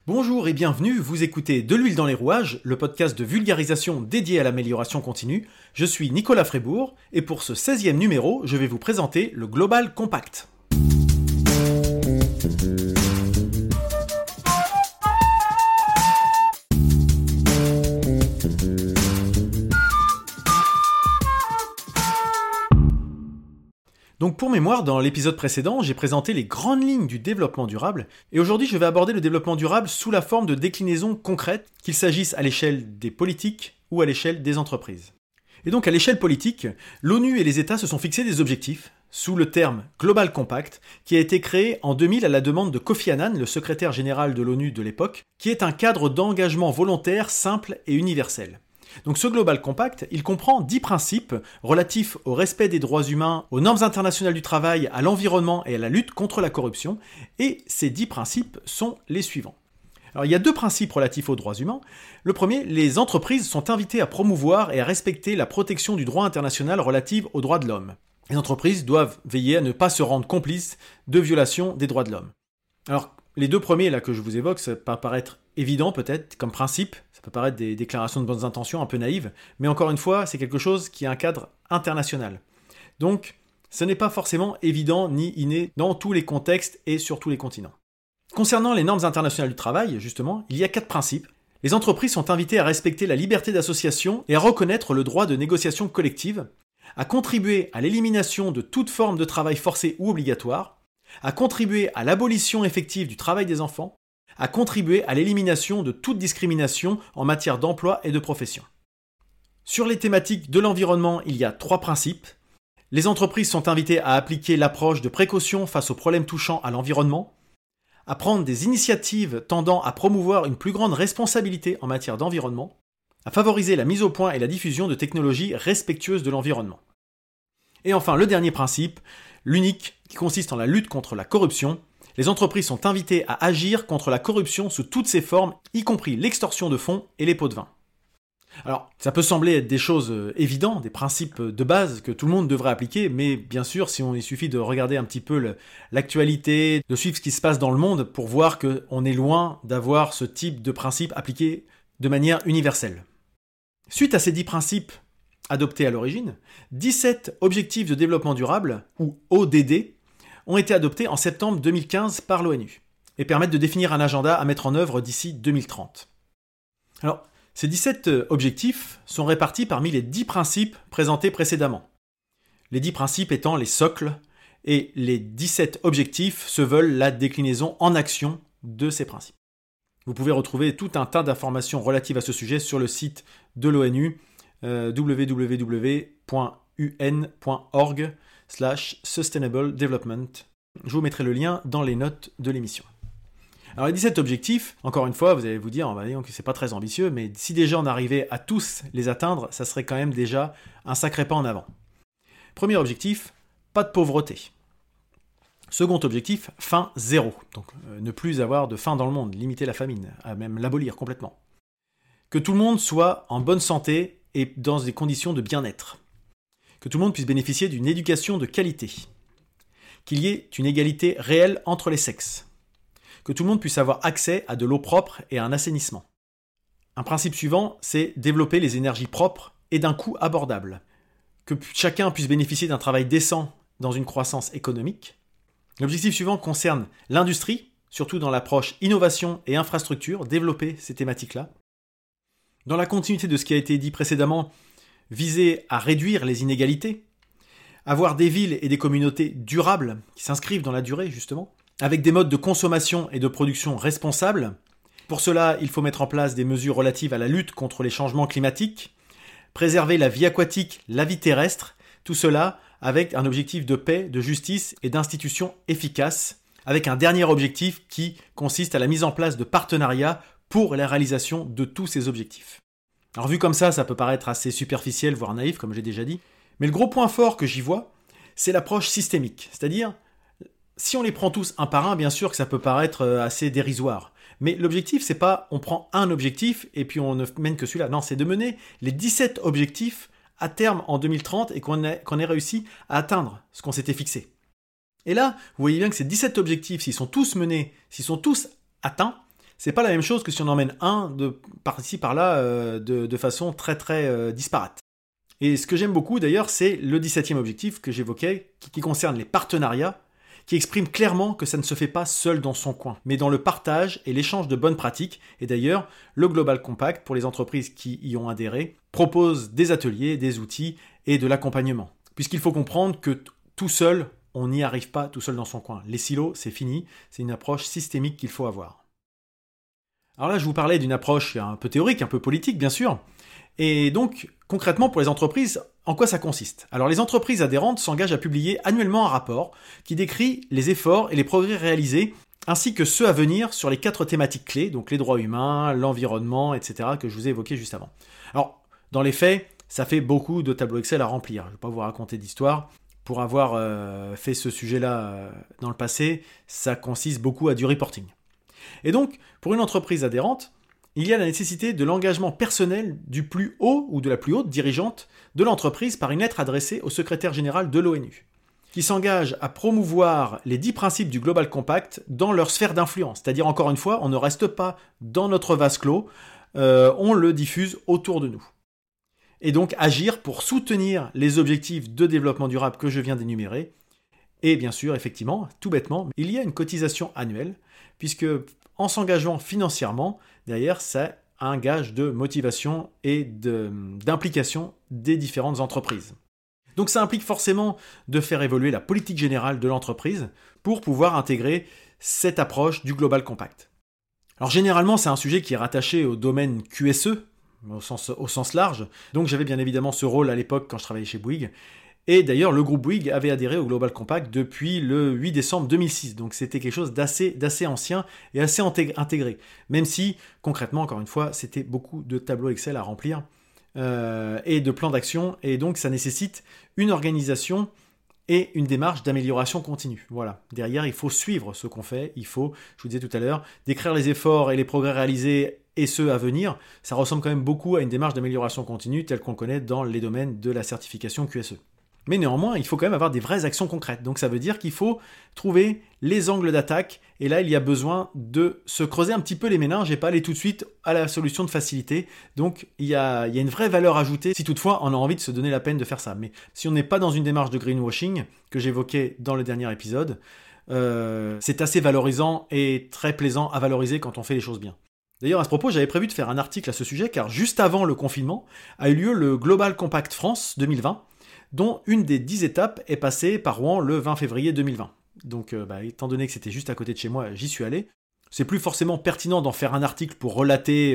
Bonjour et bienvenue, vous écoutez De l'huile dans les rouages, le podcast de vulgarisation dédié à l'amélioration continue. Je suis Nicolas Frébourg et pour ce 16e numéro, je vais vous présenter le Global Compact. Donc pour mémoire, dans l'épisode précédent, j'ai présenté les grandes lignes du développement durable, et aujourd'hui je vais aborder le développement durable sous la forme de déclinaisons concrètes, qu'il s'agisse à l'échelle des politiques ou à l'échelle des entreprises. Et donc à l'échelle politique, l'ONU et les États se sont fixés des objectifs, sous le terme Global Compact, qui a été créé en 2000 à la demande de Kofi Annan, le secrétaire général de l'ONU de l'époque, qui est un cadre d'engagement volontaire simple et universel. Donc ce Global Compact, il comprend 10 principes relatifs au respect des droits humains, aux normes internationales du travail, à l'environnement et à la lutte contre la corruption, et ces 10 principes sont les suivants. Alors il y a 2 principes relatifs aux droits humains. Le premier, les entreprises sont invitées à promouvoir et à respecter la protection du droit international relative aux droits de l'homme. Les entreprises doivent veiller à ne pas se rendre complices de violations des droits de l'homme. Alors les 2 premiers là que je vous évoque, ça peut paraître évident peut-être comme principe, ça peut paraître des déclarations de bonnes intentions un peu naïves, mais encore une fois, c'est quelque chose qui a un cadre international. Donc, ce n'est pas forcément évident ni inné dans tous les contextes et sur tous les continents. Concernant les normes internationales du travail, justement, il y a 4 principes. Les entreprises sont invitées à respecter la liberté d'association et à reconnaître le droit de négociation collective, à contribuer à l'élimination de toute forme de travail forcé ou obligatoire, à contribuer à l'abolition effective du travail des enfants, à contribuer à l'élimination de toute discrimination en matière d'emploi et de profession. Sur les thématiques de l'environnement, il y a 3 principes. Les entreprises sont invitées à appliquer l'approche de précaution face aux problèmes touchant à l'environnement, à prendre des initiatives tendant à promouvoir une plus grande responsabilité en matière d'environnement, à favoriser la mise au point et la diffusion de technologies respectueuses de l'environnement. Et enfin, le dernier principe, l'unique, qui consiste en la lutte contre la corruption. Les entreprises sont invitées à agir contre la corruption sous toutes ses formes, y compris l'extorsion de fonds et les pots de vin. Alors, ça peut sembler être des choses évidentes, des principes de base que tout le monde devrait appliquer, mais bien sûr, il suffit de regarder un petit peu l'actualité, de suivre ce qui se passe dans le monde pour voir qu'on est loin d'avoir ce type de principes appliqués de manière universelle. Suite à ces 10 principes adoptés à l'origine, 17 objectifs de développement durable, ou ODD, ont été adoptés en septembre 2015 par l'ONU et permettent de définir un agenda à mettre en œuvre d'ici 2030. Alors, ces 17 objectifs sont répartis parmi les 10 principes présentés précédemment. Les 10 principes étant les socles, et les 17 objectifs se veulent la déclinaison en action de ces principes. Vous pouvez retrouver tout un tas d'informations relatives à ce sujet sur le site de l'ONU, www.un.org/sustainable development. Je vous mettrai le lien dans les notes de l'émission. Alors les 17 objectifs, encore une fois, vous allez vous dire, que c'est pas très ambitieux, mais si déjà on arrivait à tous les atteindre, ça serait quand même déjà un sacré pas en avant. Premier objectif, pas de pauvreté. Second objectif, faim zéro. Donc ne plus avoir de faim dans le monde, limiter la famine, à même l'abolir complètement. Que tout le monde soit en bonne santé et dans des conditions de bien-être. Que tout le monde puisse bénéficier d'une éducation de qualité. Qu'il y ait une égalité réelle entre les sexes. Que tout le monde puisse avoir accès à de l'eau propre et à un assainissement. Un principe suivant, c'est développer les énergies propres et d'un coût abordable. Que chacun puisse bénéficier d'un travail décent dans une croissance économique. L'objectif suivant concerne l'industrie, surtout dans l'approche innovation et infrastructure, développer ces thématiques-là. Dans la continuité de ce qui a été dit précédemment, viser à réduire les inégalités, avoir des villes et des communautés durables qui s'inscrivent dans la durée justement, avec des modes de consommation et de production responsables. Pour cela, il faut mettre en place des mesures relatives à la lutte contre les changements climatiques, préserver la vie aquatique, la vie terrestre, tout cela avec un objectif de paix, de justice et d'institutions efficaces, avec un dernier objectif qui consiste à la mise en place de partenariats pour la réalisation de tous ces objectifs. Alors vu comme ça peut paraître assez superficiel, voire naïf, comme j'ai déjà dit, mais le gros point fort que j'y vois, c'est l'approche systémique. C'est-à-dire, si on les prend tous un par un, bien sûr que ça peut paraître assez dérisoire. Mais l'objectif, c'est pas on prend un objectif et puis on ne mène que celui-là. Non, c'est de mener les 17 objectifs à terme en 2030 et qu'on ait réussi à atteindre ce qu'on s'était fixé. Et là, vous voyez bien que ces 17 objectifs, s'ils sont tous menés, s'ils sont tous atteints, c'est pas la même chose que si on emmène un de par-ci par-là de façon très très disparate. Et ce que j'aime beaucoup d'ailleurs, c'est le 17e objectif que j'évoquais, qui concerne les partenariats, qui exprime clairement que ça ne se fait pas seul dans son coin, mais dans le partage et l'échange de bonnes pratiques. Et d'ailleurs, le Global Compact, pour les entreprises qui y ont adhéré, propose des ateliers, des outils et de l'accompagnement. Puisqu'il faut comprendre que tout seul, on n'y arrive pas tout seul dans son coin. Les silos, c'est fini, c'est une approche systémique qu'il faut avoir. Alors là, je vous parlais d'une approche un peu théorique, un peu politique, bien sûr. Et donc, concrètement, pour les entreprises, en quoi ça consiste ? Alors, les entreprises adhérentes s'engagent à publier annuellement un rapport qui décrit les efforts et les progrès réalisés, ainsi que ceux à venir sur les 4 thématiques clés, donc les droits humains, l'environnement, etc., que je vous ai évoqués juste avant. Alors, dans les faits, ça fait beaucoup de tableaux Excel à remplir. Je ne vais pas vous raconter d'histoire. Pour avoir fait ce sujet-là dans le passé, ça consiste beaucoup à du reporting. Et donc, pour une entreprise adhérente, il y a la nécessité de l'engagement personnel du plus haut ou de la plus haute dirigeante de l'entreprise par une lettre adressée au secrétaire général de l'ONU, qui s'engage à promouvoir les 10 principes du Global Compact dans leur sphère d'influence. C'est-à-dire, encore une fois, on ne reste pas dans notre vase clos, on le diffuse autour de nous. Et donc agir pour soutenir les objectifs de développement durable que je viens d'énumérer. Et bien sûr, effectivement, tout bêtement, il y a une cotisation annuelle, puisque en s'engageant financièrement, derrière, c'est un gage de motivation et d'implication des différentes entreprises. Donc ça implique forcément de faire évoluer la politique générale de l'entreprise pour pouvoir intégrer cette approche du Global Compact. Alors généralement, c'est un sujet qui est rattaché au domaine QSE, au sens large. Donc j'avais bien évidemment ce rôle à l'époque quand je travaillais chez Bouygues. Et d'ailleurs, le groupe Bouygues avait adhéré au Global Compact depuis le 8 décembre 2006. Donc c'était quelque chose d'assez ancien et assez intégré. Même si, concrètement, encore une fois, c'était beaucoup de tableaux Excel à remplir et de plans d'action. Et donc ça nécessite une organisation et une démarche d'amélioration continue. Voilà. Derrière, il faut suivre ce qu'on fait. Il faut, je vous disais tout à l'heure, décrire les efforts et les progrès réalisés et ceux à venir. Ça ressemble quand même beaucoup à une démarche d'amélioration continue telle qu'on le connaît dans les domaines de la certification QSE. Mais néanmoins, il faut quand même avoir des vraies actions concrètes. Donc ça veut dire qu'il faut trouver les angles d'attaque. Et là, il y a besoin de se creuser un petit peu les méninges et pas aller tout de suite à la solution de facilité. Donc il y a une vraie valeur ajoutée si toutefois on a envie de se donner la peine de faire ça. Mais si on n'est pas dans une démarche de greenwashing que j'évoquais dans le dernier épisode, c'est assez valorisant et très plaisant à valoriser quand on fait les choses bien. D'ailleurs, à ce propos, j'avais prévu de faire un article à ce sujet car juste avant le confinement a eu lieu le Global Compact France 2020, dont une des 10 étapes est passée par Rouen le 20 février 2020. Donc, étant donné que c'était juste à côté de chez moi, j'y suis allé. C'est plus forcément pertinent d'en faire un article pour relater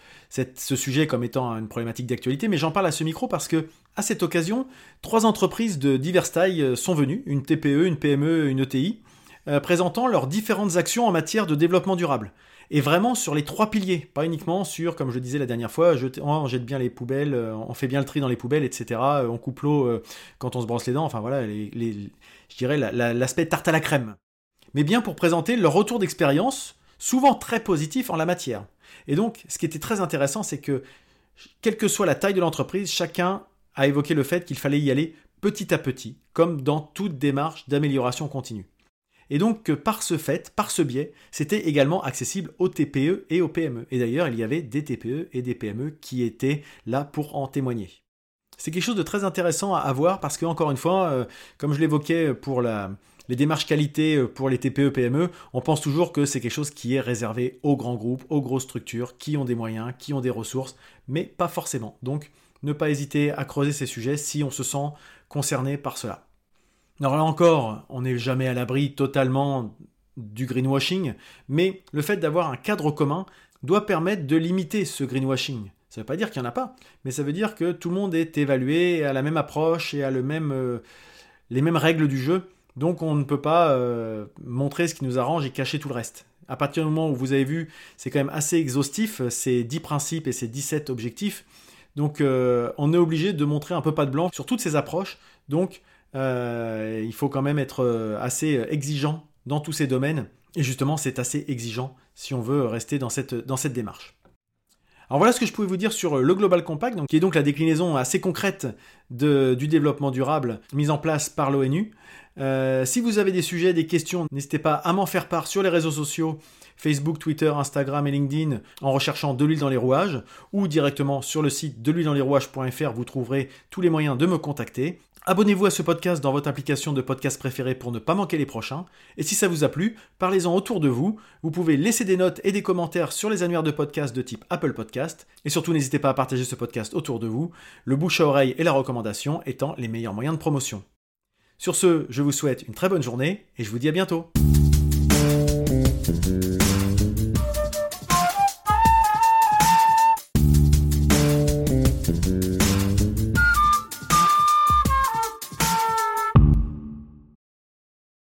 ce sujet comme étant une problématique d'actualité, mais j'en parle à ce micro parce que, à cette occasion, 3 entreprises de diverses tailles sont venues, une TPE, une PME, une ETI, présentant leurs différentes actions en matière de développement durable. Et vraiment sur les 3 piliers, pas uniquement sur, comme je le disais la dernière fois, on jette bien les poubelles, on fait bien le tri dans les poubelles, etc. On coupe l'eau quand on se brosse les dents, enfin voilà, je dirais l'aspect tarte à la crème. Mais bien pour présenter leur retour d'expérience, souvent très positif en la matière. Et donc, ce qui était très intéressant, c'est que, quelle que soit la taille de l'entreprise, chacun a évoqué le fait qu'il fallait y aller petit à petit, comme dans toute démarche d'amélioration continue. Et donc, par ce fait, par ce biais, c'était également accessible aux TPE et aux PME. Et d'ailleurs, il y avait des TPE et des PME qui étaient là pour en témoigner. C'est quelque chose de très intéressant à voir parce que, encore une fois, comme je l'évoquais pour les démarches qualité pour les TPE-PME, on pense toujours que c'est quelque chose qui est réservé aux grands groupes, aux grosses structures, qui ont des moyens, qui ont des ressources, mais pas forcément. Donc, ne pas hésiter à creuser ces sujets si on se sent concerné par cela. Alors là encore, on n'est jamais à l'abri totalement du greenwashing, mais le fait d'avoir un cadre commun doit permettre de limiter ce greenwashing. Ça ne veut pas dire qu'il n'y en a pas, mais ça veut dire que tout le monde est évalué à la même approche et à les mêmes règles du jeu. Donc on ne peut pas montrer ce qui nous arrange et cacher tout le reste. À partir du moment où vous avez vu, c'est quand même assez exhaustif, ces 10 principes et ces 17 objectifs. Donc on est obligé de montrer un peu patte blanche sur toutes ces approches. Donc il faut quand même être assez exigeant dans tous ces domaines. Et justement, c'est assez exigeant si on veut rester dans cette démarche. Alors voilà ce que je pouvais vous dire sur le Global Compact, qui est donc la déclinaison assez concrète du développement durable mise en place par l'ONU. Si vous avez des sujets, des questions, n'hésitez pas à m'en faire part sur les réseaux sociaux, Facebook, Twitter, Instagram et LinkedIn, en recherchant De l'huile dans les rouages, ou directement sur le site deluiledanslesrouages.fr, vous trouverez tous les moyens de me contacter. Abonnez-vous à ce podcast dans votre application de podcast préférée pour ne pas manquer les prochains. Et si ça vous a plu, parlez-en autour de vous. Vous pouvez laisser des notes et des commentaires sur les annuaires de podcast de type Apple Podcast. Et surtout, n'hésitez pas à partager ce podcast autour de vous, le bouche à oreille et la recommandation étant les meilleurs moyens de promotion. Sur ce, je vous souhaite une très bonne journée et je vous dis à bientôt.